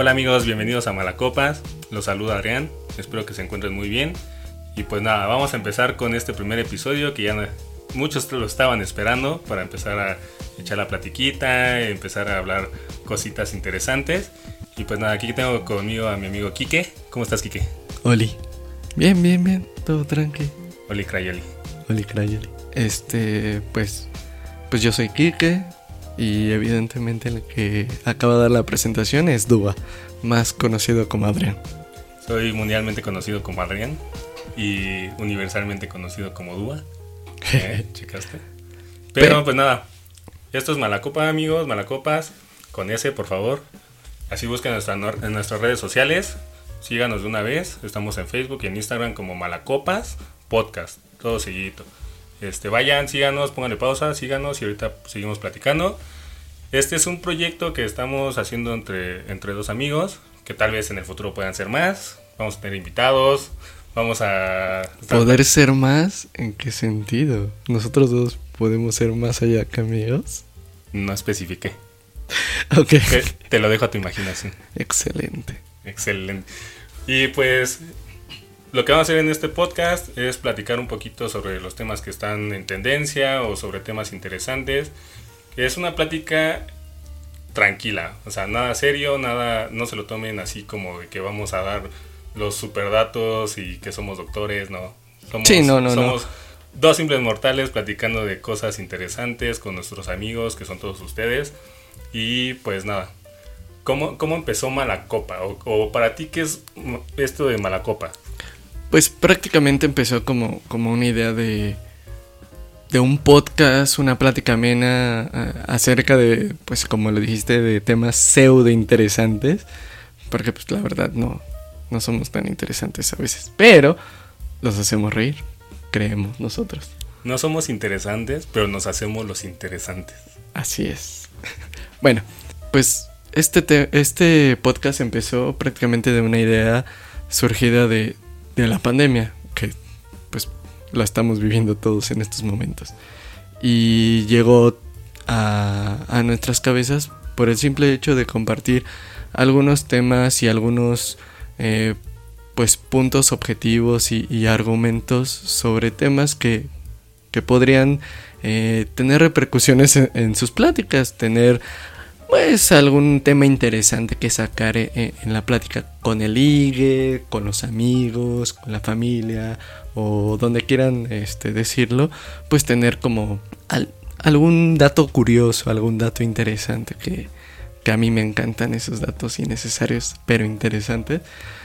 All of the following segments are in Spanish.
Hola amigos, bienvenidos a Malacopas. Los saluda Adrián, espero que se encuentren muy bien. Y pues nada, vamos a empezar con este primer episodio que ya muchos lo estaban esperando para empezar a echar la platiquita, empezar a hablar cositas interesantes. Y pues nada, aquí tengo conmigo a mi amigo Quique. ¿Cómo estás, Quique? Oli. Bien, todo tranqui. Oli Crayoli. Pues yo soy Quique y evidentemente el que acaba de dar la presentación es Dúa, más conocido como Adrián. Soy mundialmente conocido como Adrián y universalmente conocido como Dúa. ¿Checaste? Pero pues nada, esto es Malacopa, amigos, Malacopas, con S, por favor. Así busquen en nuestras redes sociales. Síganos de una vez. Estamos en Facebook y en Instagram como Malacopas Podcast. Todo seguidito. Vayan, síganos, pónganle pausa, síganos y ahorita seguimos platicando. Este es un proyecto que estamos haciendo entre dos amigos, que tal vez en el futuro puedan ser más. Vamos a tener invitados. Vamos a... ¿Poder ser más? ¿En qué sentido? ¿Nosotros dos podemos ser más allá que amigos? No especifiqué. Ok. Te lo dejo a tu imaginación. Excelente. Y pues lo que vamos a hacer en este podcast es platicar un poquito sobre los temas que están en tendencia o sobre temas interesantes. Es una plática tranquila, o sea, nada serio, nada, no se lo tomen así como de que vamos a dar los super datos y que somos doctores, no. Somos dos simples mortales platicando de cosas interesantes con nuestros amigos, que son todos ustedes. Y pues nada, ¿cómo empezó Malacopa? O para ti, ¿qué es esto de Malacopa? Pues prácticamente empezó como una idea de un podcast, una plática amena acerca de, pues como lo dijiste, de temas pseudo interesantes, porque pues la verdad no somos tan interesantes a veces, pero los hacemos reír, creemos nosotros. No somos interesantes, pero nos hacemos los interesantes. Así es. Bueno, pues este podcast empezó prácticamente de una idea surgida de la pandemia, que pues la estamos viviendo todos en estos momentos. Y llegó a nuestras cabezas por el simple hecho de compartir algunos temas y algunos pues puntos objetivos y argumentos sobre temas que podrían tener repercusiones en sus pláticas, tener pues algún tema interesante que sacar en la plática con el ligue, con los amigos, con la familia o donde quieran decirlo, pues tener como algún dato curioso, algún dato interesante que a mí me encantan esos datos innecesarios pero interesantes,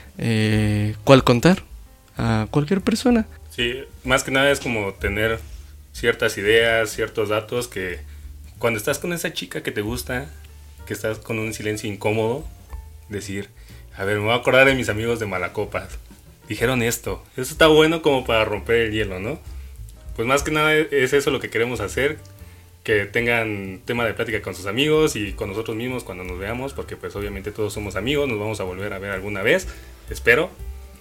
cuál contar a cualquier persona. Sí, más que nada es como tener ciertas ideas, ciertos datos que cuando estás con esa chica que te gusta, que estás con un silencio incómodo, decir, a ver, me voy a acordar de mis amigos de Malacopas. Dijeron esto. Eso está bueno como para romper el hielo, ¿no? Pues más que nada es eso lo que queremos hacer, que tengan tema de plática con sus amigos y con nosotros mismos cuando nos veamos, porque pues obviamente todos somos amigos, nos vamos a volver a ver alguna vez, espero.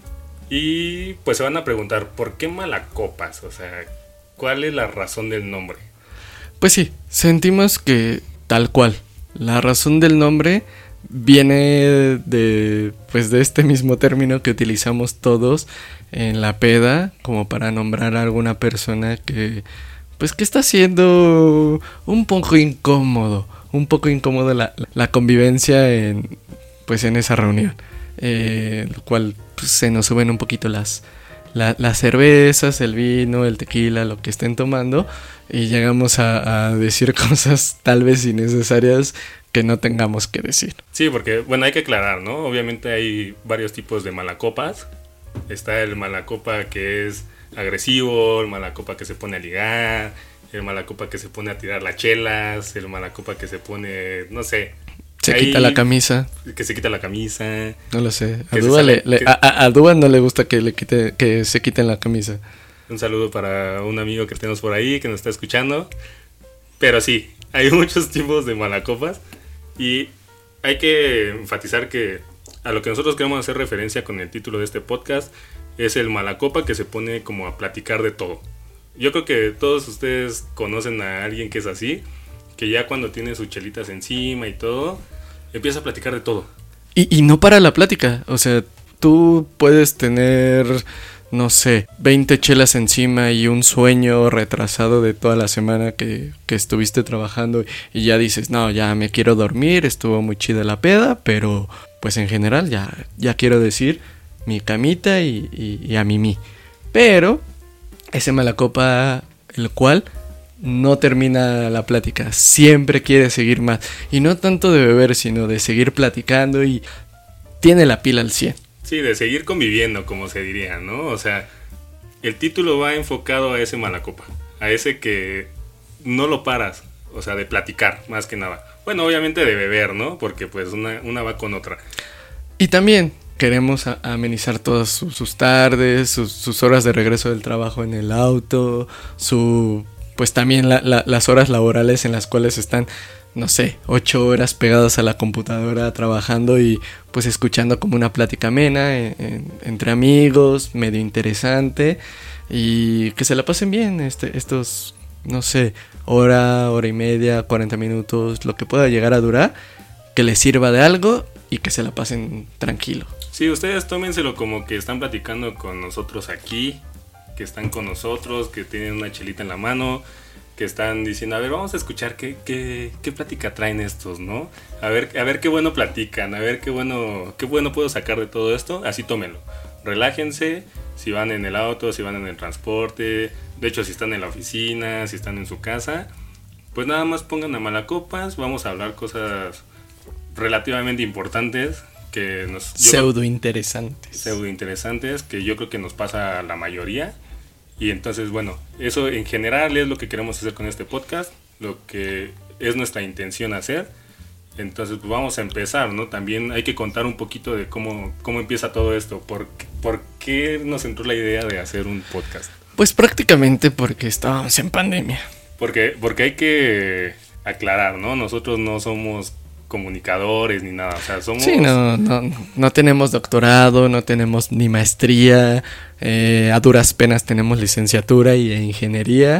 Y pues se van a preguntar, ¿por qué Malacopas? O sea, ¿cuál es la razón del nombre? Pues sí, sentimos que tal cual. La razón del nombre viene de este mismo término que utilizamos todos en la peda como para nombrar a alguna persona que está siendo un poco incómodo la convivencia en esa reunión, lo cual pues, se nos suben un poquito las cervezas, el vino, el tequila, lo que estén tomando, y llegamos a decir cosas tal vez innecesarias que no tengamos que decir. Sí, porque bueno, hay que aclarar, ¿no? Obviamente hay varios tipos de malacopas. Está el malacopa que es agresivo, el malacopa que se pone a ligar, el malacopa que se pone a tirar las chelas, el malacopa que se pone, no sé, quita la camisa. Que se quita la camisa. No lo sé. A Dúa no le gusta que se quiten la camisa. Un saludo para un amigo que tenemos por ahí que nos está escuchando. Pero sí, hay muchos tipos de malacopas. Y hay que enfatizar que a lo que nosotros queremos hacer referencia con el título de este podcast es el malacopa que se pone como a platicar de todo. Yo creo que todos ustedes conocen a alguien que es así, que ya cuando tiene sus chelitas encima y todo, empieza a platicar de todo. Y no para la plática, o sea, tú puedes tener, no sé, 20 chelas encima y un sueño retrasado de toda la semana que estuviste trabajando y ya dices, no, ya me quiero dormir, estuvo muy chida la peda, pero pues en general ya quiero decir mi camita y a mimí. Pero ese malacopa, el cual no termina la plática, siempre quiere seguir más. Y no tanto de beber, sino de seguir platicando y tiene la pila al 100. Sí, de seguir conviviendo, como se diría, ¿no? O sea, el título va enfocado a ese malacopa, a ese que no lo paras, o sea, de platicar, más que nada. Bueno, obviamente de beber, ¿no? Porque pues una va con otra. Y también queremos amenizar todas sus tardes, sus horas de regreso del trabajo en el auto, pues también las horas laborales en las cuales están, no sé, 8 horas pegados a la computadora trabajando y pues escuchando como una plática amena entre amigos, medio interesante, y que se la pasen bien estos, no sé, hora y media, 40 minutos, lo que pueda llegar a durar, que les sirva de algo y que se la pasen tranquilo. Sí, ustedes tómenselo como que están platicando con nosotros aquí, que están con nosotros, que tienen una chelita en la mano, que están diciendo, a ver, vamos a escuchar qué plática traen estos, ¿no? A ver qué bueno platican, a ver qué bueno puedo sacar de todo esto, así tómenlo. Relájense, si van en el auto, si van en el transporte, de hecho si están en la oficina, si están en su casa, pues nada más pongan a malacopas, vamos a hablar cosas relativamente importantes, que pseudo interesantes, que yo creo que nos pasa a la mayoría. Y entonces, bueno, eso en general es lo que queremos hacer con este podcast, lo que es nuestra intención hacer. Entonces, pues vamos a empezar, ¿no? También hay que contar un poquito de cómo empieza todo esto, por qué nos entró la idea de hacer un podcast. Pues prácticamente porque estábamos en pandemia. Porque hay que aclarar, ¿no? Nosotros no somos comunicadores ni nada, o sea, somos... Sí, no tenemos doctorado, no tenemos ni maestría, a duras penas tenemos licenciatura y ingeniería,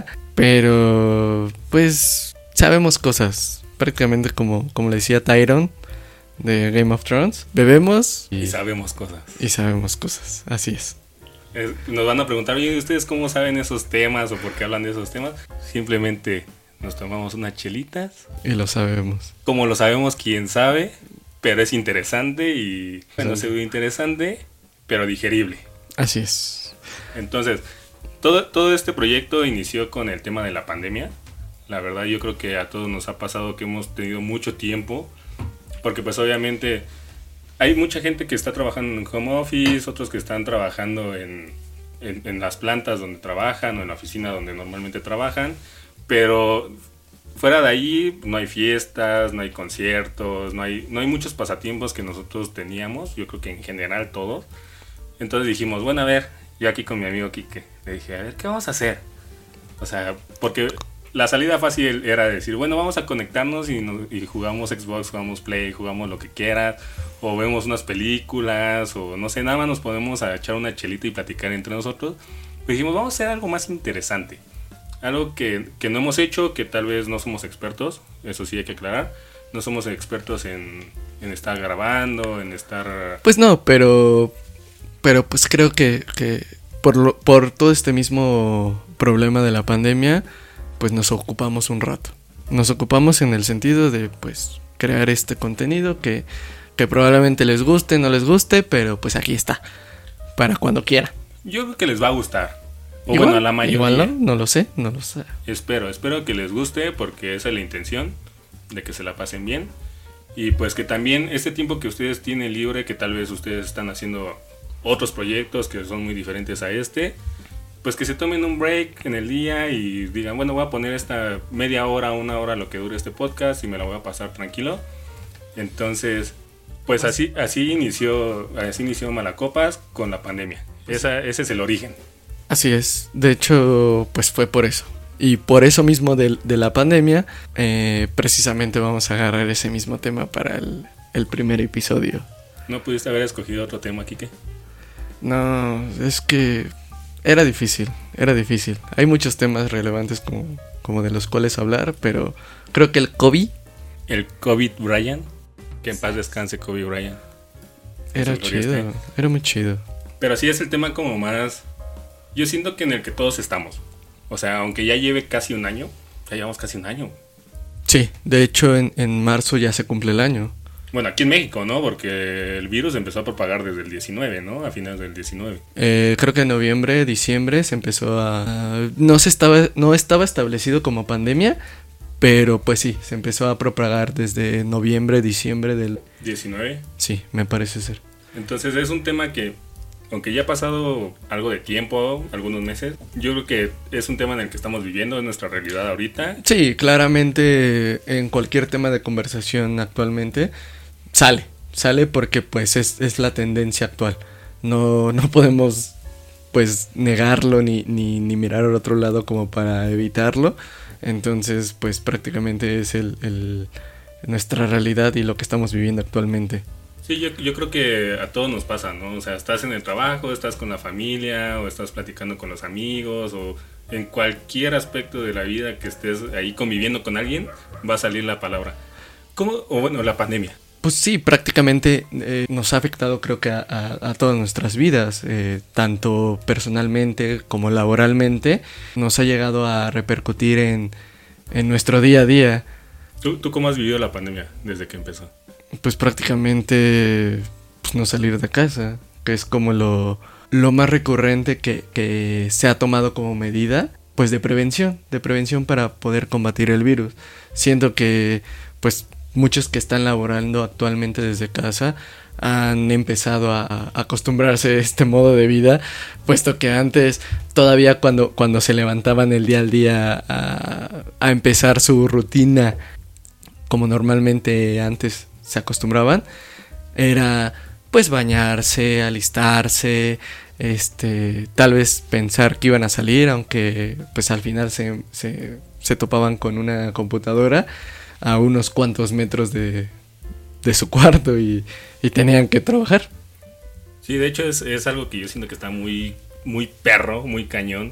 pero pues sabemos cosas, prácticamente como le decía Tyrion de Game of Thrones, bebemos y sabemos cosas. Y sabemos cosas, así es. Nos van a preguntar, oye, ¿ustedes cómo saben esos temas o por qué hablan de esos temas? Simplemente nos tomamos unas chelitas. Y lo sabemos. Como lo sabemos, quién sabe, pero es interesante y... Bueno, se ve interesante, pero digerible. Así es. Entonces, todo este proyecto inició con el tema de la pandemia. La verdad, yo creo que a todos nos ha pasado que hemos tenido mucho tiempo, porque pues obviamente hay mucha gente que está trabajando en home office, otros que están trabajando en las plantas donde trabajan o en la oficina donde normalmente trabajan. Pero fuera de ahí no hay fiestas, no hay conciertos, no hay muchos pasatiempos que nosotros teníamos, yo creo que en general todos. Entonces dijimos, bueno, a ver, yo aquí con mi amigo Quique, le dije, a ver, ¿qué vamos a hacer? O sea, porque la salida fácil era decir, bueno, vamos a conectarnos y jugamos Xbox, jugamos Play, jugamos lo que quieras, o vemos unas películas, o no sé, nada más nos ponemos a echar una chelita y platicar entre nosotros. Pues dijimos, vamos a hacer algo más interesante. Algo que no hemos hecho, que tal vez no somos expertos, eso sí hay que aclarar. No somos expertos en estar grabando, en estar... Pues no, pero pues creo que por todo este mismo problema de la pandemia, pues nos ocupamos un rato. Nos ocupamos en el sentido de pues crear este contenido que probablemente les guste, no les guste, pero pues aquí está, para cuando quiera. Yo creo que les va a gustar. O igual, bueno, a la mayoría. Igual no lo sé. Espero que les guste, porque esa es la intención, de que se la pasen bien. Y pues que también este tiempo que ustedes tienen libre, que tal vez ustedes están haciendo otros proyectos que son muy diferentes a este, pues que se tomen un break en el día y digan, bueno, voy a poner esta media hora, una hora, lo que dure este podcast y me la voy a pasar tranquilo. Entonces, pues así inició Malacopas con la pandemia. Ese es el origen. Así es, de hecho, pues fue por eso. Y por eso mismo de la pandemia, precisamente vamos a agarrar ese mismo tema para el primer episodio. ¿No pudiste haber escogido otro tema, Quique? No, es que era difícil. Hay muchos temas relevantes como de los cuales hablar, pero creo que el COVID Bryant, que en paz descanse Kobe Bryant. Era su gloria chido, esté. era muy chido. Pero sí es el tema como más, yo siento que en el que todos estamos. O sea, aunque ya lleve casi un año, ya llevamos casi un año. Sí, de hecho en marzo ya se cumple el año. Bueno, aquí en México, ¿no? Porque el virus empezó a propagar desde el 19, ¿no? A finales del 19. Creo que en noviembre, diciembre se empezó no estaba establecido como pandemia, pero pues sí, se empezó a propagar desde noviembre, diciembre del... 19. Sí, me parece ser. Entonces es un tema que, aunque ya ha pasado algo de tiempo, algunos meses, yo creo que es un tema en el que estamos viviendo, es nuestra realidad ahorita. Sí, claramente en cualquier tema de conversación actualmente sale porque pues es la tendencia actual. No podemos pues negarlo ni mirar al otro lado como para evitarlo. Entonces pues prácticamente es nuestra realidad y lo que estamos viviendo actualmente. Sí, yo creo que a todos nos pasa, ¿no? O sea, estás en el trabajo, estás con la familia, o estás platicando con los amigos, o en cualquier aspecto de la vida que estés ahí conviviendo con alguien, va a salir la palabra. ¿Cómo? O bueno, la pandemia. Pues sí, prácticamente nos ha afectado creo que a todas nuestras vidas, tanto personalmente como laboralmente, nos ha llegado a repercutir en nuestro día a día. ¿Tú cómo has vivido la pandemia desde que empezó? Pues prácticamente pues, no salir de casa, que es como lo más recurrente que se ha tomado como medida, pues de prevención para poder combatir el virus. Siento que pues muchos que están laborando actualmente desde casa han empezado a acostumbrarse a este modo de vida, puesto que antes todavía cuando se levantaban el día al día a empezar su rutina como normalmente antes se acostumbraban, era pues bañarse, alistarse, tal vez pensar que iban a salir, aunque pues al final se topaban con una computadora a unos cuantos metros de su cuarto y tenían que trabajar. Sí, de hecho es algo que yo siento que está muy, muy perro, muy cañón,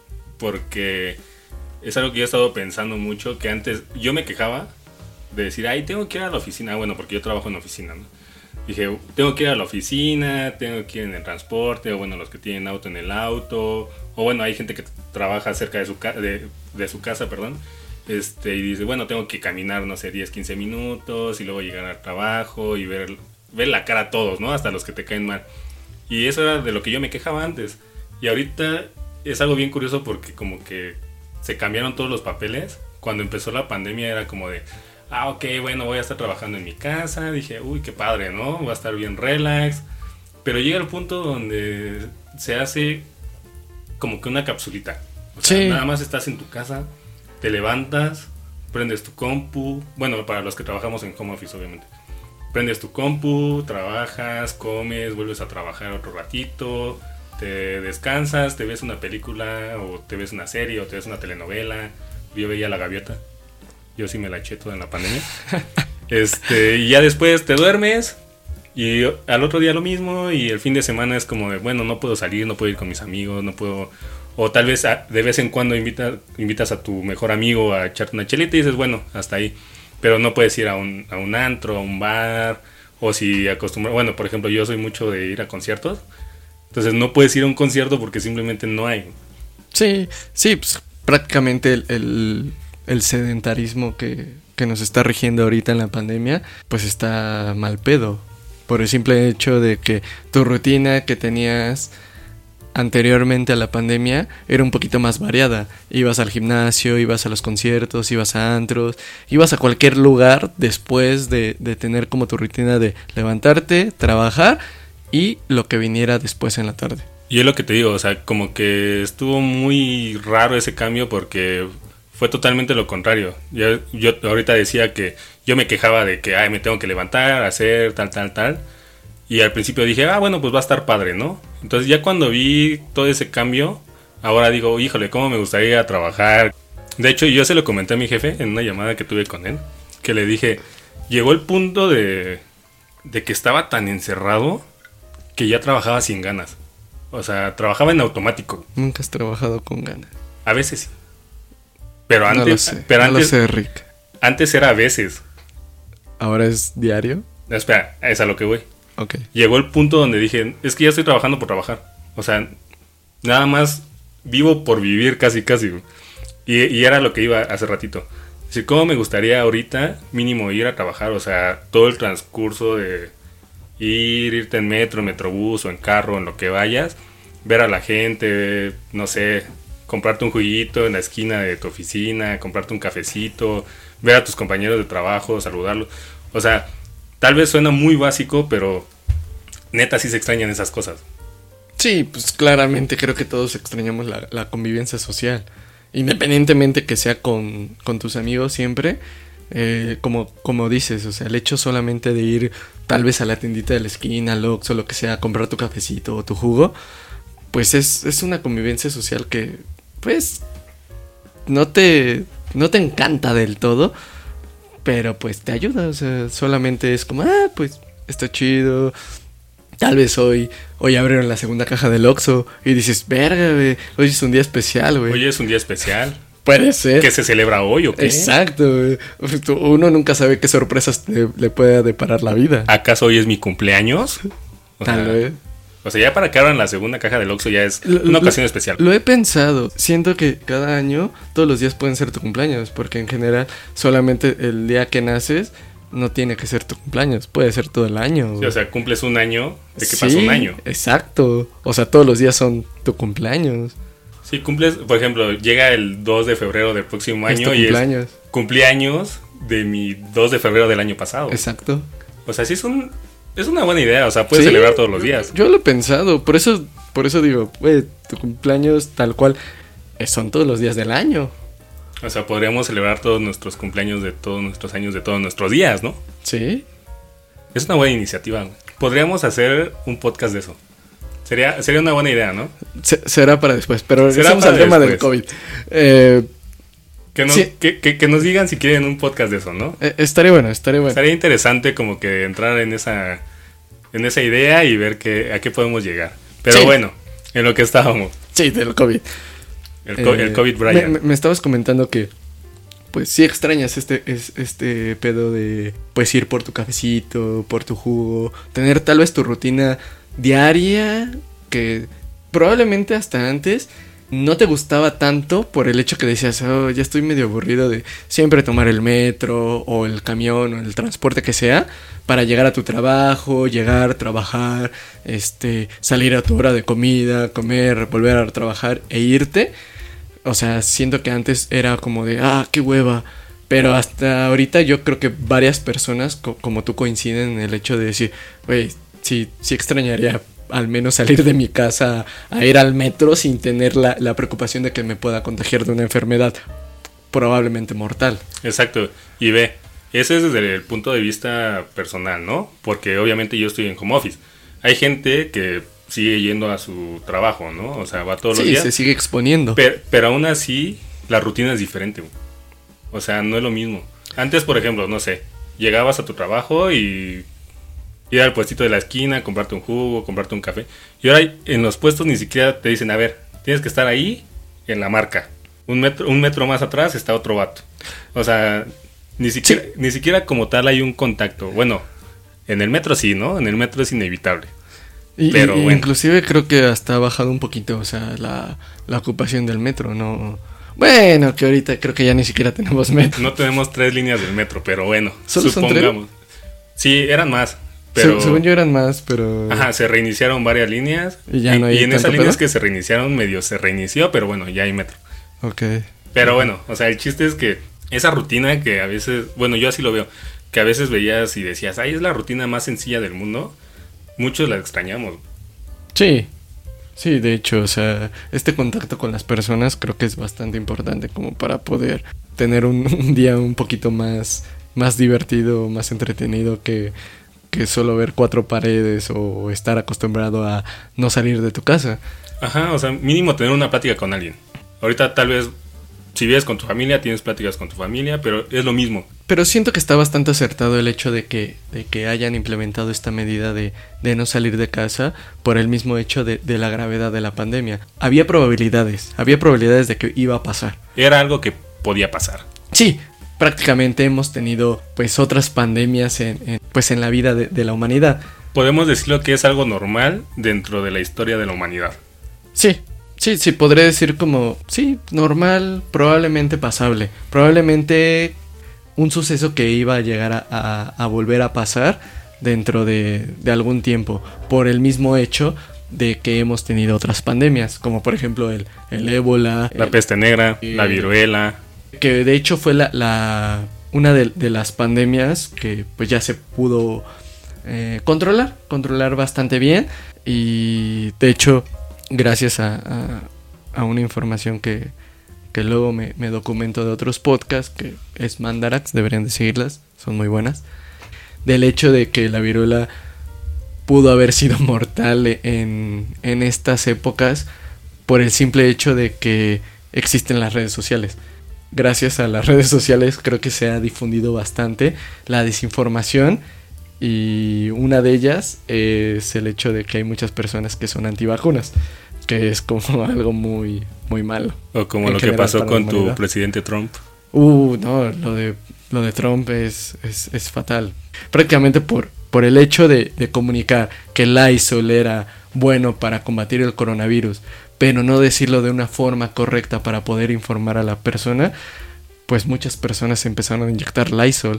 porque es algo que yo he estado pensando mucho, que antes yo me quejaba de decir, ay, tengo que ir a la oficina, bueno, porque yo trabajo en oficina, ¿no? Dije, tengo que ir a la oficina, tengo que ir en el transporte, o bueno, los que tienen auto en el auto, o bueno, hay gente que trabaja cerca de su casa, perdón, y dice, bueno, tengo que caminar, no sé, 10, 15 minutos, y luego llegar al trabajo, y ver la cara a todos, ¿no? Hasta los que te caen mal. Y eso era de lo que yo me quejaba antes, y ahorita es algo bien curioso porque como que se cambiaron todos los papeles. Cuando empezó la pandemia era como de, ok, bueno, voy a estar trabajando en mi casa. Dije, uy, qué padre, ¿no? Voy a estar bien relax. Pero llega el punto donde se hace como que una capsulita. O sea, sí. Nada más estás en tu casa, te levantas, prendes tu compu. Bueno, para los que trabajamos en home office, obviamente. Prendes tu compu, trabajas, comes, vuelves a trabajar otro ratito, te descansas, te ves una película, o te ves una serie, o te ves una telenovela. Yo veía La Gaviota. Yo sí me la eché toda en la pandemia. Y ya después te duermes y al otro día lo mismo, y el fin de semana es como de, bueno, no puedo salir, no puedo ir con mis amigos, no puedo, o tal vez de vez en cuando invitas a tu mejor amigo a echarte una chelita y dices, bueno, hasta ahí, pero no puedes ir a un antro, a un bar, o si acostumbras, bueno, por ejemplo, yo soy mucho de ir a conciertos, entonces no puedes ir a un concierto porque simplemente no hay. Sí, pues prácticamente el sedentarismo que nos está rigiendo ahorita en la pandemia, pues está mal pedo. Por el simple hecho de que tu rutina que tenías anteriormente a la pandemia era un poquito más variada. Ibas al gimnasio, ibas a los conciertos, ibas a antros, ibas a cualquier lugar después de tener como tu rutina de levantarte, trabajar y lo que viniera después en la tarde. Y es lo que te digo, o sea, como que estuvo muy raro ese cambio porque fue totalmente lo contrario. Yo ahorita decía que yo me quejaba de que me tengo que levantar, hacer tal. Y al principio dije, bueno, pues va a estar padre, ¿no? Entonces ya cuando vi todo ese cambio, ahora digo, híjole, cómo me gustaría ir a trabajar. De hecho, yo se lo comenté a mi jefe en una llamada que tuve con él, que le dije, llegó el punto de que estaba tan encerrado que ya trabajaba sin ganas. O sea, trabajaba en automático. Nunca has trabajado con ganas. A veces sí. Pero antes, no lo sé, pero no antes, lo sé, Rick. Antes era a veces. ¿Ahora es diario? No, espera, es a lo que voy. Ok. Llegó el punto donde dije, es que ya estoy trabajando por trabajar. O sea, nada más vivo por vivir casi, güey. Y era lo que iba hace ratito. Es decir, ¿cómo me gustaría ahorita mínimo ir a trabajar? O sea, todo el transcurso de irte en metro, metrobús o en carro, en lo que vayas, ver a la gente, no sé, comprarte un juguito en la esquina de tu oficina, comprarte un cafecito, ver a tus compañeros de trabajo, saludarlos. O sea, tal vez suena muy básico, pero neta sí se extrañan esas cosas. Sí, pues claramente creo que todos extrañamos la convivencia social. Independientemente que sea con tus amigos siempre, como dices, o sea, el hecho solamente de ir tal vez a la tiendita de la esquina, al Oxxo, lo que sea, a comprar tu cafecito o tu jugo, pues es una convivencia social que, pues, no te encanta del todo, pero pues te ayuda, o sea, solamente es como, pues, está chido. Tal vez hoy abrieron la segunda caja del Oxxo y dices, verga, güey, hoy es un día especial, güey. Hoy es un día especial. Puede ser. ¿Qué se celebra hoy o qué? Exacto, güey. Uno nunca sabe qué sorpresas le puede deparar la vida. ¿Acaso hoy es mi cumpleaños? Tal vez. O sea, ya para que abran la segunda caja del Oxxo ya es una ocasión especial. Lo he pensado. Siento que cada año todos los días pueden ser tu cumpleaños, porque en general solamente el día que naces no tiene que ser tu cumpleaños, puede ser todo el año. Sí, o sea, cumples un año de que pasó un año. Exacto. O sea, todos los días son tu cumpleaños. Sí, cumples, por ejemplo, llega el 2 de febrero del próximo año y cumpleaños. Cumpleaños de mi 2 de febrero del año pasado. Exacto. O sea, sí es una buena idea, o sea, puedes celebrar todos los días. Yo lo he pensado, por eso digo, güey, tu cumpleaños tal cual son todos los días del año. O sea, podríamos celebrar todos nuestros cumpleaños de todos nuestros años, de todos nuestros días, ¿no? Sí. Es una buena iniciativa. Podríamos hacer un podcast de eso. Sería una buena idea, ¿no? Será para después, pero regresamos al tema del COVID. Que nos digan si quieren un podcast de eso, ¿no? Estaría bueno. Estaría interesante como que entrar en esa idea y ver a qué podemos llegar. Pero bueno, en lo que estábamos. Sí, del COVID. El COVID, Brian. Me estabas comentando que pues sí extrañas este pedo de pues ir por tu cafecito, por tu jugo, tener tal vez tu rutina diaria que probablemente hasta antes no te gustaba tanto por el hecho que decías, ya estoy medio aburrido de siempre tomar el metro o el camión o el transporte que sea para llegar a tu trabajo, llegar, trabajar, salir a tu hora de comida, comer, volver a trabajar e irte. O sea, siento que antes era como de, qué hueva. Pero hasta ahorita yo creo que varias personas como tú coinciden en el hecho de decir, güey, sí extrañaría al menos salir de mi casa a ir al metro sin tener la preocupación de que me pueda contagiar de una enfermedad probablemente mortal. Exacto. Y ve, ese es desde el punto de vista personal, ¿no? Porque obviamente yo estoy en home office. Hay gente que sigue yendo a su trabajo, ¿no? O sea, va todos los días. Sí, se sigue exponiendo. Pero aún así, la rutina es diferente. O sea, no es lo mismo. Antes, por ejemplo, no sé, llegabas a tu trabajo y ir al puestito de la esquina, comprarte un jugo, comprarte un café. Y ahora en los puestos ni siquiera te dicen, a ver, tienes que estar ahí en la marca. Un metro más atrás está otro vato. O sea, ni siquiera como tal hay un contacto. Bueno, en el metro sí, ¿no? En el metro es inevitable. Pero bueno. Inclusive creo que hasta ha bajado un poquito, o sea, la ocupación del metro, ¿no? Bueno, que ahorita creo que ya ni siquiera tenemos metro. No tenemos 3 líneas del metro, pero bueno, ¿solo supongamos. Son 3? Sí, eran más. Pero, según yo eran más, pero... Ajá, se reiniciaron varias líneas. Y ya no hay y en esas pedo? líneas que se reiniciaron, medio se reinició, pero bueno, ya hay metro. Ok. Pero bueno, o sea, el chiste es que esa rutina que a veces, bueno, yo así lo veo, que a veces veías y decías, es la rutina más sencilla del mundo, muchos la extrañamos. Sí, de hecho, o sea, este contacto con las personas creo que es bastante importante como para poder tener un día un poquito más divertido, más entretenido que solo ver 4 paredes o estar acostumbrado a no salir de tu casa. Ajá, o sea, mínimo tener una plática con alguien. Ahorita tal vez, si vives con tu familia, tienes pláticas con tu familia, pero es lo mismo. Pero siento que está bastante acertado el hecho de que hayan implementado esta medida de no salir de casa por el mismo hecho de la gravedad de la pandemia. Había probabilidades de que iba a pasar. Era algo que podía pasar. Sí, prácticamente hemos tenido pues otras pandemias en la vida de la humanidad. podemos decirlo que es algo normal dentro de la historia de la humanidad. Sí, podré decir como, sí, normal, probablemente pasable, probablemente un suceso que iba a llegar a volver a pasar dentro de algún tiempo, por el mismo hecho de que hemos tenido otras pandemias, como por ejemplo el ébola, la peste negra, la viruela, que de hecho fue una de las pandemias que pues ya se pudo controlar bastante bien, y de hecho gracias a una información que luego me documento de otros podcasts, que es Mandarax, deberían de seguirlas, son muy buenas, del hecho de que la viruela pudo haber sido mortal en estas épocas por el simple hecho de que existen las redes sociales. Gracias a las redes sociales creo que se ha difundido bastante la desinformación, y una de ellas es el hecho de que hay muchas personas que son antivacunas, que es como algo muy, muy malo. O como lo que pasó con tu presidente Trump. No, lo de Trump es fatal. Prácticamente por el hecho de comunicar que el Lysol era bueno para combatir el coronavirus, pero no decirlo de una forma correcta para poder informar a la persona, pues muchas personas empezaron a inyectar Lysol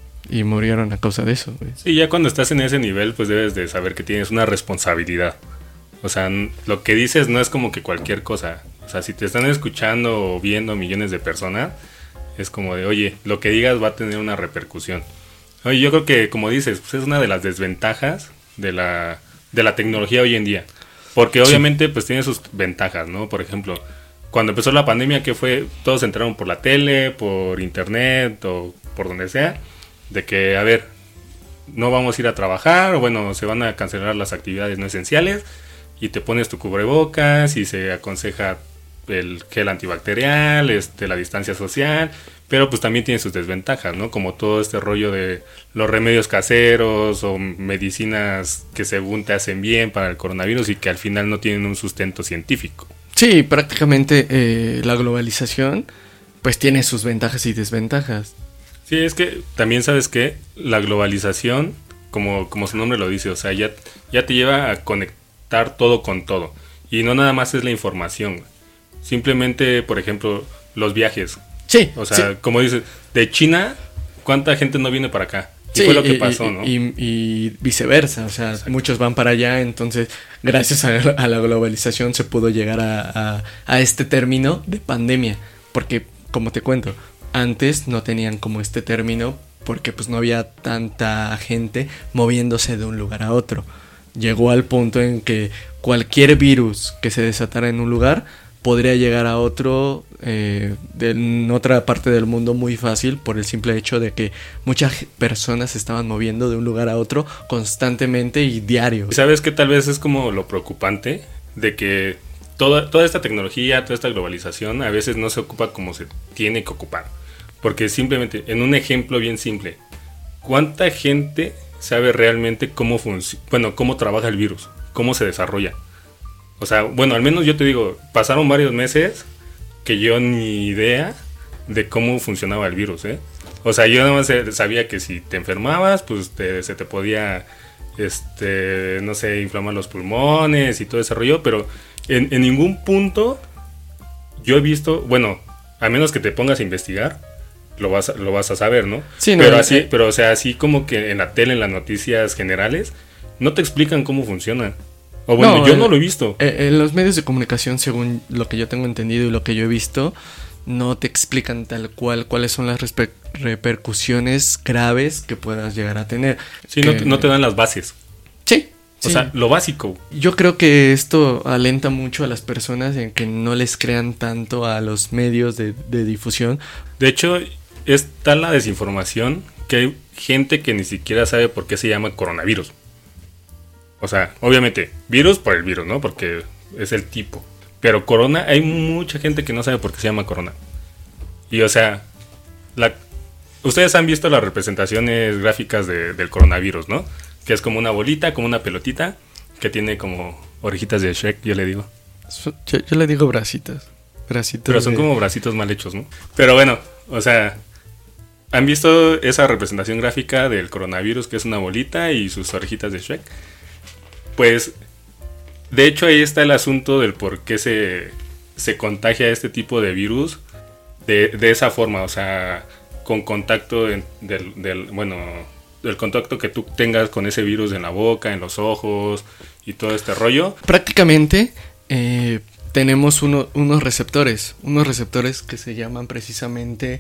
y murieron a causa de eso, güey. Sí, ya cuando estás en ese nivel, pues debes de saber que tienes una responsabilidad. O sea, lo que dices no es como que cualquier cosa. O sea, si te están escuchando o viendo millones de personas, es como de, oye, lo que digas va a tener una repercusión. Oye, yo creo que, como dices, pues es una de las desventajas de la tecnología hoy en día. Porque obviamente pues tiene sus ventajas, ¿no? Por ejemplo, cuando empezó la pandemia, ¿qué fue? Todos se enteraron por la tele, por internet o por donde sea, de que, a ver, no vamos a ir a trabajar, o bueno, se van a cancelar las actividades no esenciales, y te pones tu cubrebocas y se aconseja el gel antibacterial, la distancia social, pero pues también tiene sus desventajas, ¿no? Como todo este rollo de los remedios caseros o medicinas que según te hacen bien para el coronavirus y que al final no tienen un sustento científico. Sí, prácticamente la globalización pues tiene sus ventajas y desventajas. Sí, es que también sabes que la globalización, como su nombre lo dice, o sea, ya te lleva a conectar todo con todo. Y no nada más es la información. Simplemente, por ejemplo, los viajes. Sí. O sea, sí. Como dices, de China, ¿cuánta gente no viene para acá? Y sí, fue lo que pasó, ¿no? Y viceversa, o sea, exacto, muchos van para allá, entonces gracias a la globalización se pudo llegar a este término de pandemia, porque como te cuento, antes no tenían como este término porque pues no había tanta gente moviéndose de un lugar a otro. Llegó al punto en que cualquier virus que se desatara en un lugar podría llegar a otro en otra parte del mundo muy fácil, por el simple hecho de que muchas personas se estaban moviendo de un lugar a otro constantemente y diario. ¿Sabes qué tal vez es como lo preocupante? De que toda esta tecnología, toda esta globalización a veces no se ocupa como se tiene que ocupar. Porque simplemente, en un ejemplo bien simple, ¿cuánta gente sabe realmente cómo trabaja el virus? ¿Cómo se desarrolla? O sea, bueno, al menos yo te digo, pasaron varios meses que yo ni idea de cómo funcionaba el virus, ¿eh? O sea, yo nada más sabía que si te enfermabas, pues se te podía, no sé, inflamar los pulmones y todo ese rollo, pero en ningún punto yo he visto, bueno, a menos que te pongas a investigar, lo vas a saber, ¿no? Sí, no, pero o sea, así como que en la tele, en las noticias generales, no te explican cómo funciona. O bueno, yo no lo he visto. En los medios de comunicación, según lo que yo tengo entendido y lo que yo he visto, no te explican tal cual cuáles son las repercusiones graves que puedas llegar a tener. Sí, no te dan las bases. Sí. O sea, lo básico. Yo creo que esto alenta mucho a las personas en que no les crean tanto a los medios de difusión. De hecho, es tal la desinformación que hay gente que ni siquiera sabe por qué se llama coronavirus. O sea, obviamente, virus por el virus, ¿no? Porque es el tipo. Pero corona, hay mucha gente que no sabe por qué se llama corona. Y o sea, ustedes han visto las representaciones gráficas del coronavirus, ¿no? Que es como una bolita, como una pelotita, que tiene como orejitas de Shrek, yo le digo. Yo le digo bracitos. Pero son como bracitos mal hechos, ¿no? Pero bueno, o sea, ¿Han visto esa representación gráfica del coronavirus, que es una bolita y sus orejitas de Shrek? Pues, de hecho, ahí está el asunto del por qué se contagia este tipo de virus de esa forma, o sea, con contacto del contacto que tú tengas con ese virus en la boca, en los ojos y todo este rollo. Prácticamente tenemos unos receptores que se llaman precisamente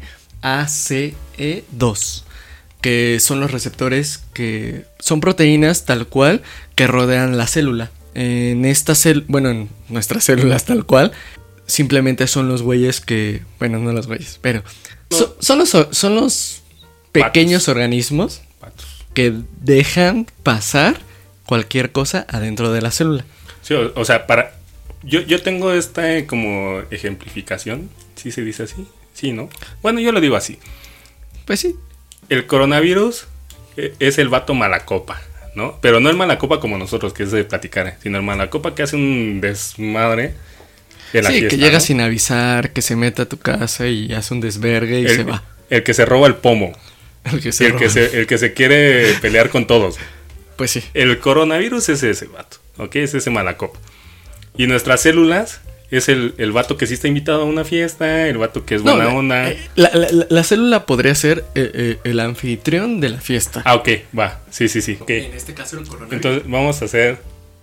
ACE2, que son los receptores que son proteínas tal cual que rodean la célula. En nuestras células tal cual, simplemente son los güeyes que, bueno, no los güeyes, pero son los pequeños organismos que dejan pasar cualquier cosa adentro de la célula. Sí, o sea, yo tengo esta como ejemplificación, ¿sí se dice así? Sí, ¿no? Bueno, yo lo digo así. Pues sí. El coronavirus es el vato malacopa, ¿no? Pero no el malacopa como nosotros, que es de platicar, sino el malacopa que hace un desmadre de la fiesta, que llega, ¿no? Sin avisar, que se mete a tu casa y hace un desvergue y se va. El que se roba el pomo. El que se quiere pelear con todos. Pues sí. El coronavirus es ese vato, ¿ok? Es ese malacopa. Y nuestras células es el vato que sí está invitado a una fiesta, el vato que es buena onda. La célula podría ser el anfitrión de la fiesta. Ah, ok, va. Sí. Okay. En este caso el coronavirus. Entonces vamos a hacer...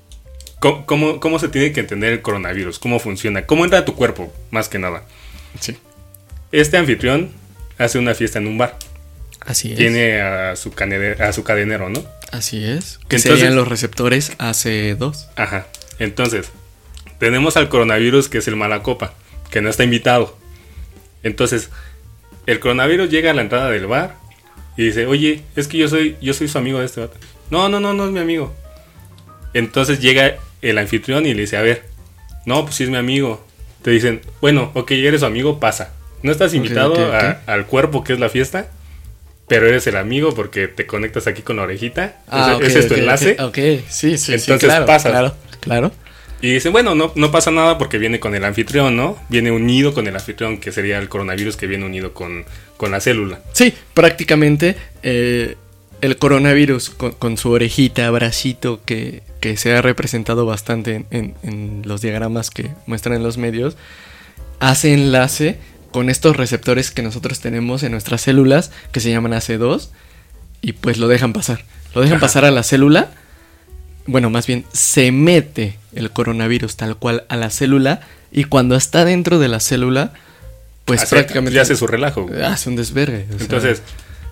¿Cómo se tiene que entender el coronavirus? ¿Cómo funciona? ¿Cómo entra a tu cuerpo? Más que nada. Sí. Este anfitrión hace una fiesta en un bar. Así es. Tiene a su cadenero, ¿no? Así es. Que serían los receptores AC2. Ajá. Entonces, tenemos al coronavirus, que es el malacopa, que no está invitado. Entonces, el coronavirus llega a la entrada del bar y dice, oye, es que yo soy su amigo de este vato. No es mi amigo. Entonces llega el anfitrión y le dice, a ver, no, pues sí es mi amigo. Te dicen, bueno, ok, eres su amigo, pasa. No estás invitado okay. Al cuerpo que es la fiesta, pero eres el amigo porque te conectas aquí con la orejita. Ese es tu enlace. Ok, sí. Entonces claro, pasas. Claro. Y dicen, bueno, no pasa nada porque viene con el anfitrión, ¿no? Viene unido con el anfitrión, que sería el coronavirus que viene unido con la célula. Sí, prácticamente el coronavirus con su orejita, bracito, que se ha representado bastante en los diagramas que muestran en los medios, hace enlace con estos receptores que nosotros tenemos en nuestras células, que se llaman AC2, y pues lo dejan pasar. Lo dejan pasar a la célula. Bueno, más bien, se mete el coronavirus tal cual a la célula, y cuando está dentro de la célula, pues prácticamente... Ya hace su relajo. Hace un desvergue. Entonces,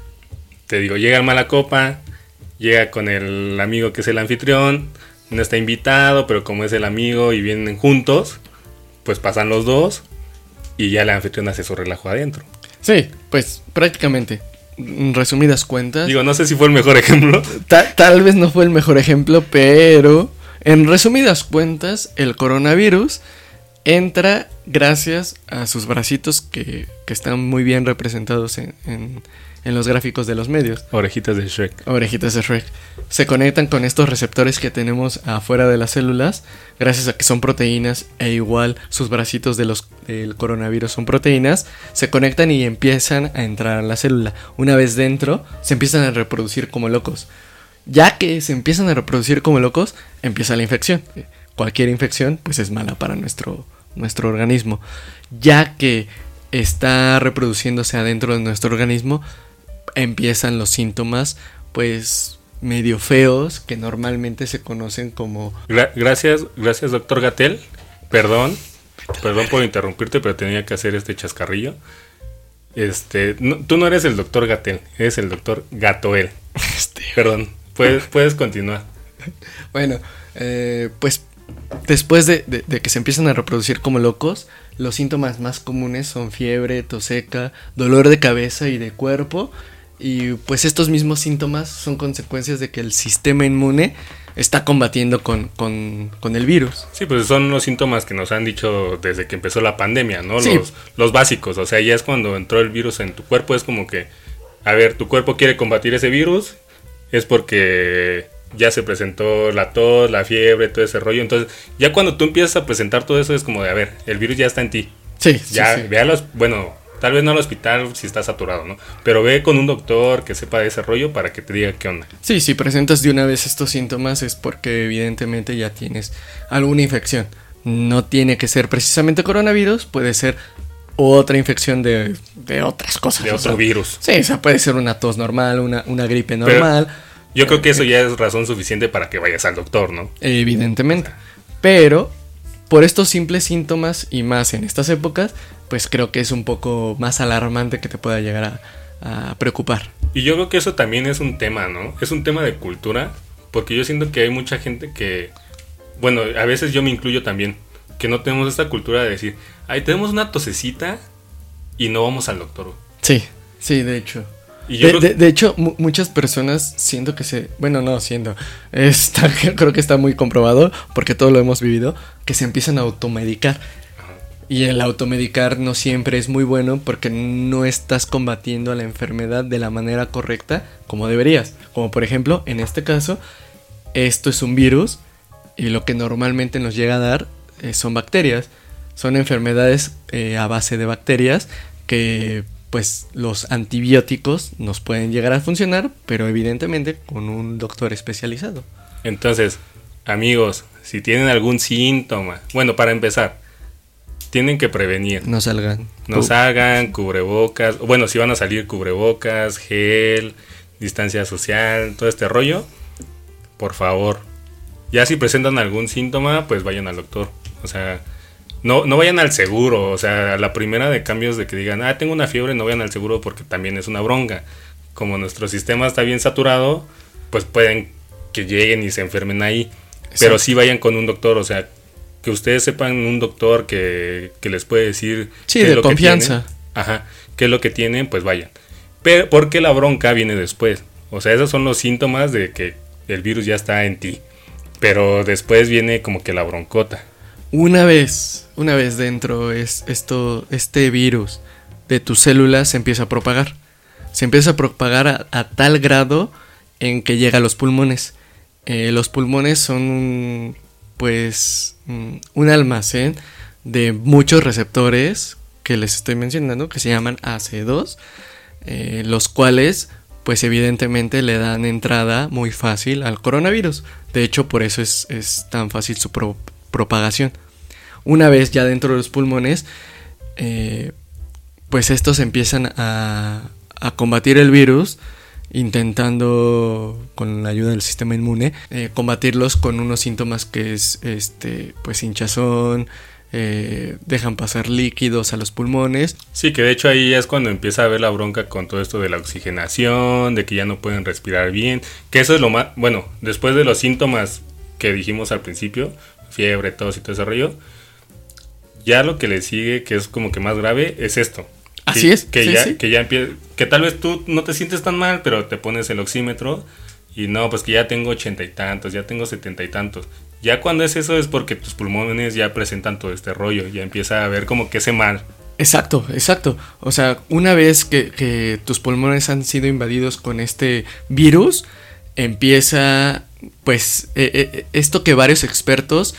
te digo, llega el malacopa, llega con el amigo que es el anfitrión, no está invitado, pero como es el amigo y vienen juntos, pues pasan los dos, y ya el anfitrión hace su relajo adentro. Sí, pues prácticamente. En resumidas cuentas. Digo, no sé si fue el mejor ejemplo. Tal vez no fue el mejor ejemplo, pero en resumidas cuentas, el coronavirus entra gracias a sus bracitos que están muy bien representados en los gráficos de los medios. Orejitas de Shrek. Se conectan con estos receptores que tenemos afuera de las células, gracias a que son proteínas, e igual sus bracitos del coronavirus son proteínas. Se conectan y empiezan a entrar a la célula. Una vez dentro, se empiezan a reproducir como locos. Ya que se empiezan a reproducir como locos, empieza la infección. Cualquier infección pues es mala para nuestro organismo. Ya que está reproduciéndose adentro de nuestro organismo, empiezan los síntomas pues medio feos, que normalmente se conocen como... Gracias doctor Gatell. Perdón por interrumpirte, pero tenía que hacer este chascarrillo. Tú no eres el doctor Gatell, eres el doctor Gatoel. Perdón, puedes continuar. Bueno, pues después de que se empiezan a reproducir como locos, los síntomas más comunes son fiebre, tos seca, dolor de cabeza y de cuerpo. Y pues estos mismos síntomas son consecuencias de que el sistema inmune está combatiendo con el virus. Sí, pues son los síntomas que nos han dicho desde que empezó la pandemia, ¿no? Sí. Los básicos, o sea, ya es cuando entró el virus en tu cuerpo, es como que, a ver, tu cuerpo quiere combatir ese virus, es porque ya se presentó la tos, la fiebre, todo ese rollo. Entonces, ya cuando tú empiezas a presentar todo eso, es como de, a ver, el virus ya está en ti. Sí, ya, sí. véalos, bueno, Tal vez no al hospital si está saturado, ¿no? Pero ve con un doctor que sepa de ese rollo para que te diga qué onda. Sí, si presentas de una vez estos síntomas es porque evidentemente ya tienes alguna infección. No tiene que ser precisamente coronavirus, puede ser otra infección de otras cosas. De otro virus. Sí, o sea, puede ser una tos normal, una gripe normal. Pero yo creo que eso ya es razón suficiente para que vayas al doctor, ¿no? Evidentemente. Pero por estos simples síntomas y más en estas épocas, pues creo que es un poco más alarmante que te pueda llegar a preocupar. Y yo creo que eso también es un tema, ¿no? Es un tema de cultura, porque yo siento que hay mucha gente que, bueno, a veces yo me incluyo también, que no tenemos esta cultura de decir, ay, tenemos una tosecita y no vamos al doctor. Sí, de hecho. Y yo de hecho, muchas personas siento que creo que está muy comprobado, porque todo lo hemos vivido, que se empiezan a automedicar. Y el automedicar no siempre es muy bueno porque no estás combatiendo a la enfermedad de la manera correcta como deberías. Como por ejemplo, en este caso, esto es un virus y lo que normalmente nos llega a dar son bacterias. Son enfermedades a base de bacterias que pues los antibióticos nos pueden llegar a funcionar, pero evidentemente con un doctor especializado. Entonces, amigos, si tienen algún síntoma, bueno, para empezar, tienen que prevenir. No salgan. No salgan, cubrebocas. Bueno, si van a salir, cubrebocas, gel, distancia social, todo este rollo. Por favor. Ya si presentan algún síntoma, pues vayan al doctor. O sea, no vayan al seguro. O sea, a la primera de cambios de que digan, tengo una fiebre, no vayan al seguro porque también es una bronca. Como nuestro sistema está bien saturado, pues pueden que lleguen y se enfermen ahí. Exacto. Pero sí vayan con un doctor, o sea, que ustedes sepan un doctor que les puede decir sí, de confianza. Qué es lo que tienen, pues vayan. Pero porque la bronca viene después. O sea, esos son los síntomas de que el virus ya está en ti. Pero después viene como que la broncota. Una vez dentro este virus de tus células se empieza a propagar. Se empieza a propagar a tal grado en que llega a los pulmones. Los pulmones son un almacén de muchos receptores que les estoy mencionando, que se llaman AC2, los cuales pues evidentemente le dan entrada muy fácil al coronavirus. De hecho, por eso es tan fácil su propagación. Una vez ya dentro de los pulmones, pues estos empiezan a combatir el virus, intentando con la ayuda del sistema inmune combatirlos con unos síntomas que es pues hinchazón, dejan pasar líquidos a los pulmones. Sí, que de hecho ahí es cuando empieza a haber la bronca con todo esto de la oxigenación, de que ya no pueden respirar bien, que eso es lo más, bueno, después de los síntomas que dijimos al principio, fiebre, tos y todo ese rollo, ya lo que le sigue, que es como que más grave, es esto. Así es. Que ya empieza, que tal vez tú no te sientes tan mal, pero te pones el oxímetro y no, pues que ya tengo 80 y tantos, ya tengo 70 y tantos. Ya cuando es eso es porque tus pulmones ya presentan todo este rollo, ya empieza a ver como que ese mal. Exacto. O sea, una vez que tus pulmones han sido invadidos con este virus, empieza pues esto que varios expertos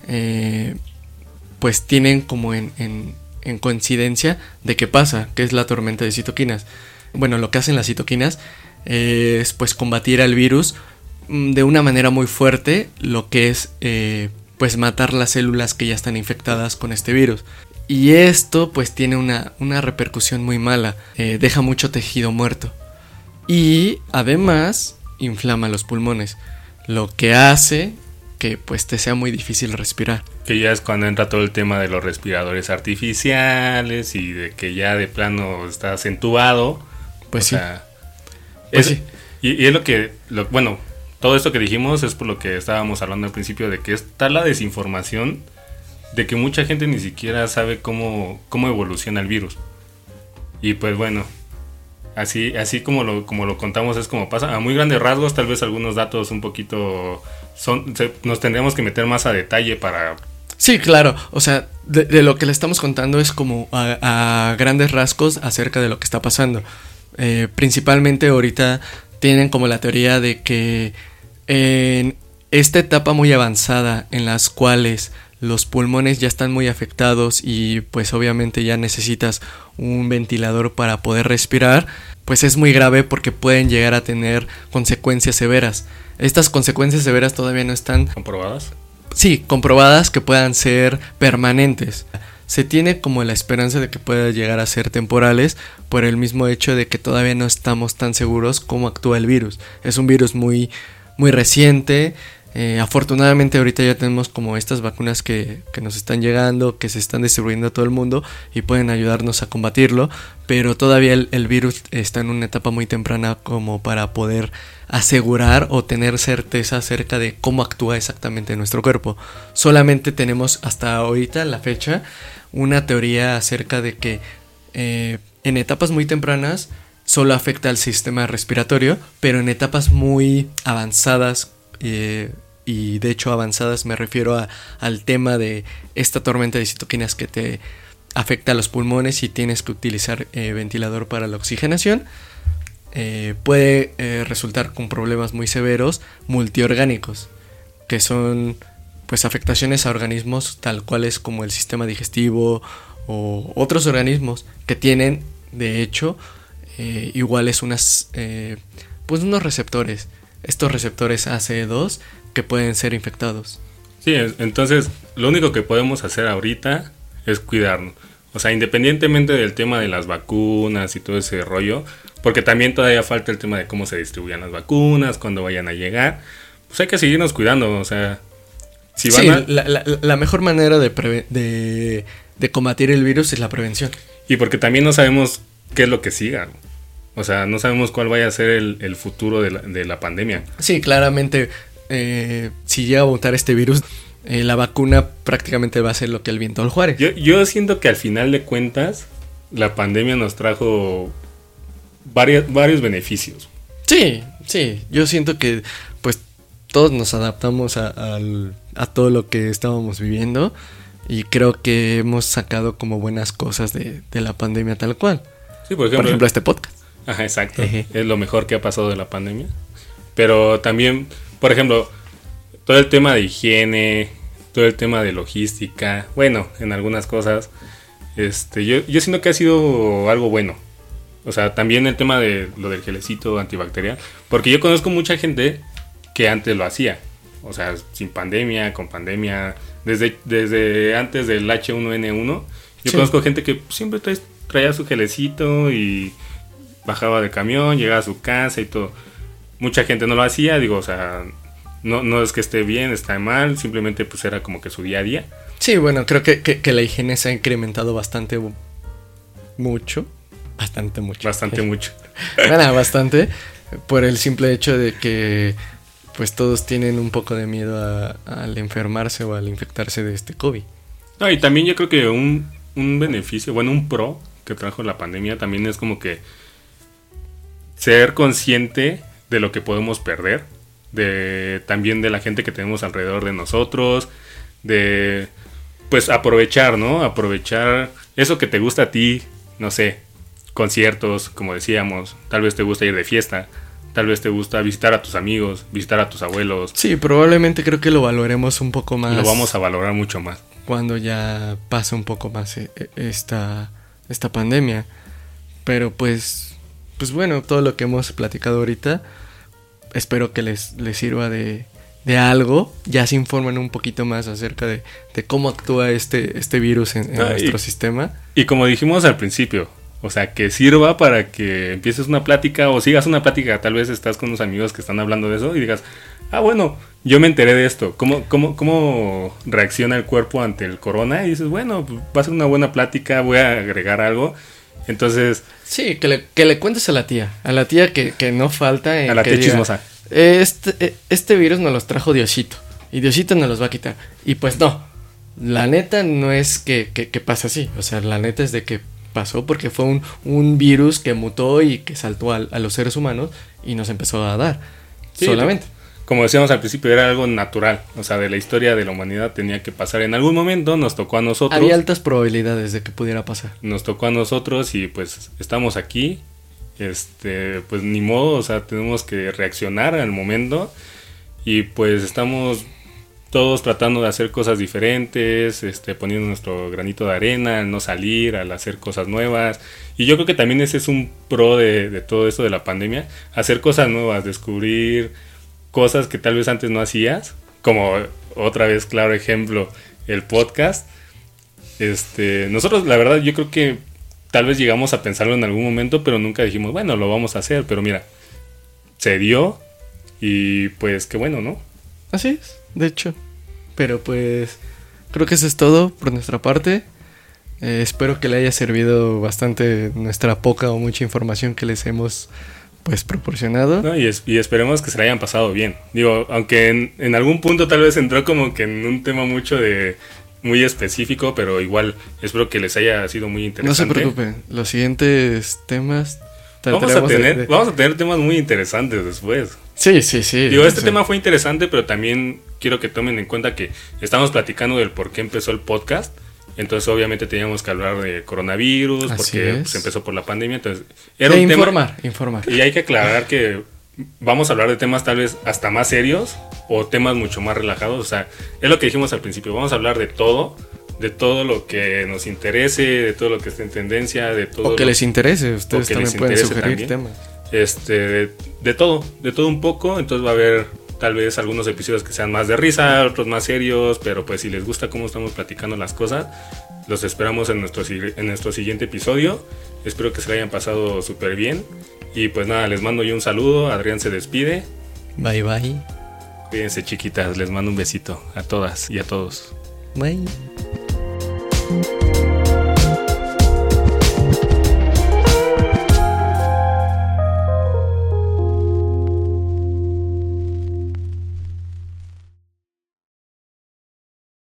pues tienen como en coincidencia de qué pasa, que es la tormenta de citoquinas. Bueno, lo que hacen las citoquinas es pues combatir al virus de una manera muy fuerte, lo que es pues matar las células que ya están infectadas con este virus. Y esto pues tiene una repercusión muy mala, deja mucho tejido muerto y además inflama los pulmones, lo que hace que pues te sea muy difícil respirar. Que ya es cuando entra todo el tema de los respiradores artificiales y de que ya de plano estás entubado. Pues sí. Pues sí. Y es bueno, todo esto que dijimos es por lo que estábamos hablando al principio, de que está la desinformación, de que mucha gente ni siquiera sabe cómo evoluciona el virus. Y pues bueno, así como lo contamos es como pasa. A muy grandes rasgos, tal vez algunos datos un poquito nos tendríamos que meter más a detalle para... Sí, claro, o sea, de lo que le estamos contando es como a grandes rasgos acerca de lo que está pasando. Principalmente ahorita tienen como la teoría de que en esta etapa muy avanzada en las cuales los pulmones ya están muy afectados y pues obviamente ya necesitas un ventilador para poder respirar, pues es muy grave porque pueden llegar a tener consecuencias severas. Estas consecuencias severas todavía no están ¿Comprobadas? Sí, comprobadas que puedan ser permanentes. Se tiene como la esperanza de que pueda llegar a ser temporales por el mismo hecho de que todavía no estamos tan seguros cómo actúa el virus. Es un virus muy reciente. Afortunadamente ahorita ya tenemos como estas vacunas que nos están llegando, que se están distribuyendo a todo el mundo y pueden ayudarnos a combatirlo, pero todavía el virus está en una etapa muy temprana como para poder asegurar o tener certeza acerca de cómo actúa exactamente nuestro cuerpo. Solamente tenemos hasta ahorita, la fecha, una teoría acerca de que en etapas muy tempranas solo afecta al sistema respiratorio, pero en etapas muy avanzadas, y de hecho avanzadas me refiero al tema de esta tormenta de citoquinas que te afecta a los pulmones y tienes que utilizar ventilador para la oxigenación, puede resultar con problemas muy severos multiorgánicos, que son pues afectaciones a organismos tal cuales como el sistema digestivo o otros organismos que tienen de hecho iguales unos receptores. Estos receptores ACE2 que pueden ser infectados. Sí, entonces lo único que podemos hacer ahorita es cuidarnos. O sea, independientemente del tema de las vacunas y todo ese rollo, porque también todavía falta el tema de cómo se distribuyan las vacunas, cuándo vayan a llegar, pues hay que seguirnos cuidando. O sea, si van la mejor manera de combatir el virus es la prevención. Y porque también no sabemos qué es lo que siga. O sea, no sabemos cuál vaya a ser el futuro de la pandemia. Sí, claramente, si llega a mutar este virus, la vacuna prácticamente va a ser lo que el viento al Juárez. Yo siento que al final de cuentas, la pandemia nos trajo varios beneficios. Sí, yo siento que pues todos nos adaptamos a todo lo que estábamos viviendo y creo que hemos sacado como buenas cosas de la pandemia tal cual. Sí, por ejemplo este podcast. Ajá, exacto. Es lo mejor que ha pasado de la pandemia. Pero también, por ejemplo, todo el tema de higiene, todo el tema de logística, bueno, en algunas cosas, yo siento que ha sido algo bueno. O sea, también el tema de lo del gelecito antibacterial, porque yo conozco mucha gente que antes lo hacía. O sea, sin pandemia, con pandemia, desde antes del H1N1. Yo conozco gente que siempre traía su gelecito y bajaba del camión, llegaba a su casa y todo. Mucha gente no lo hacía, digo, o sea, no es que esté bien, está mal, simplemente pues era como que su día a día. Sí, bueno, creo que la higiene se ha incrementado bastante mucho. Bueno, bastante, por el simple hecho de que pues todos tienen un poco de miedo al enfermarse o al infectarse de este COVID. No, y también yo creo que un beneficio, bueno, un pro que trajo la pandemia también es como que ser consciente de lo que podemos perder, también de la gente que tenemos alrededor de nosotros, de pues aprovechar, ¿no? Aprovechar eso que te gusta a ti, no sé, conciertos, como decíamos, tal vez te gusta ir de fiesta, tal vez te gusta visitar a tus amigos, visitar a tus abuelos. Sí, probablemente creo que lo valoremos un poco más. Lo vamos a valorar mucho más cuando ya pase un poco más esta pandemia. Pero pues bueno, todo lo que hemos platicado ahorita, espero que les sirva de algo. Ya se informan un poquito más acerca de cómo actúa este virus en nuestro sistema. Y como dijimos al principio, o sea, que sirva para que empieces una plática o sigas una plática. Tal vez estás con unos amigos que están hablando de eso y digas, bueno, yo me enteré de esto. ¿Cómo reacciona el cuerpo ante el corona? Y dices, bueno, pues va a ser una buena plática, voy a agregar algo. Entonces... Sí, que le cuentes a la tía que no falta. A la tía chismosa. Este virus nos los trajo Diosito y Diosito nos los va a quitar. Y pues no, la neta no es que pasa así. O sea, la neta es de que pasó porque fue un virus que mutó y que saltó a los seres humanos y nos empezó a dar. Sí, solamente. Como decíamos al principio, era algo natural. O sea, de la historia de la humanidad tenía que pasar en algún momento, nos tocó a nosotros. Había altas probabilidades de que pudiera pasar. Nos tocó a nosotros y pues estamos aquí. Pues ni modo, o sea, tenemos que reaccionar al momento. Y pues estamos todos tratando de hacer cosas diferentes, poniendo nuestro granito de arena, al no salir, al hacer cosas nuevas. Y yo creo que también ese es un pro de todo esto de la pandemia, hacer cosas nuevas, descubrir cosas que tal vez antes no hacías, como otra vez, claro ejemplo, el podcast. Nosotros, la verdad, yo creo que tal vez llegamos a pensarlo en algún momento, pero nunca dijimos, bueno, lo vamos a hacer. Pero mira, se dio y pues qué bueno, ¿no? Así es, de hecho. Pero pues creo que eso es todo por nuestra parte. Espero que le haya servido bastante nuestra poca o mucha información que les hemos pues proporcionado. No, y esperemos que se la hayan pasado bien. Digo, aunque en algún punto tal vez entró como que en un tema muy específico, pero igual espero que les haya sido muy interesante. No se preocupen, los siguientes temas vamos a tener temas muy interesantes después. Sí. Digo, este tema fue interesante, pero también quiero que tomen en cuenta que estamos platicando del por qué empezó el podcast. Entonces obviamente teníamos que hablar de coronavirus, porque pues, empezó por la pandemia. Entonces era un informar. Y hay que aclarar que vamos a hablar de temas tal vez hasta más serios o temas mucho más relajados. O sea, es lo que dijimos al principio, vamos a hablar de todo lo que nos interese, de todo lo que esté en tendencia, de todo o que les interese, ustedes también pueden sugerir temas. De todo un poco. Entonces va a haber tal vez algunos episodios que sean más de risa, otros más serios, pero pues si les gusta cómo estamos platicando las cosas, los esperamos en nuestro siguiente episodio. Espero que se le hayan pasado súper bien. Y pues nada, les mando yo un saludo. Adrián se despide. Bye bye. Cuídense, chiquitas, les mando un besito a todas y a todos. Bye.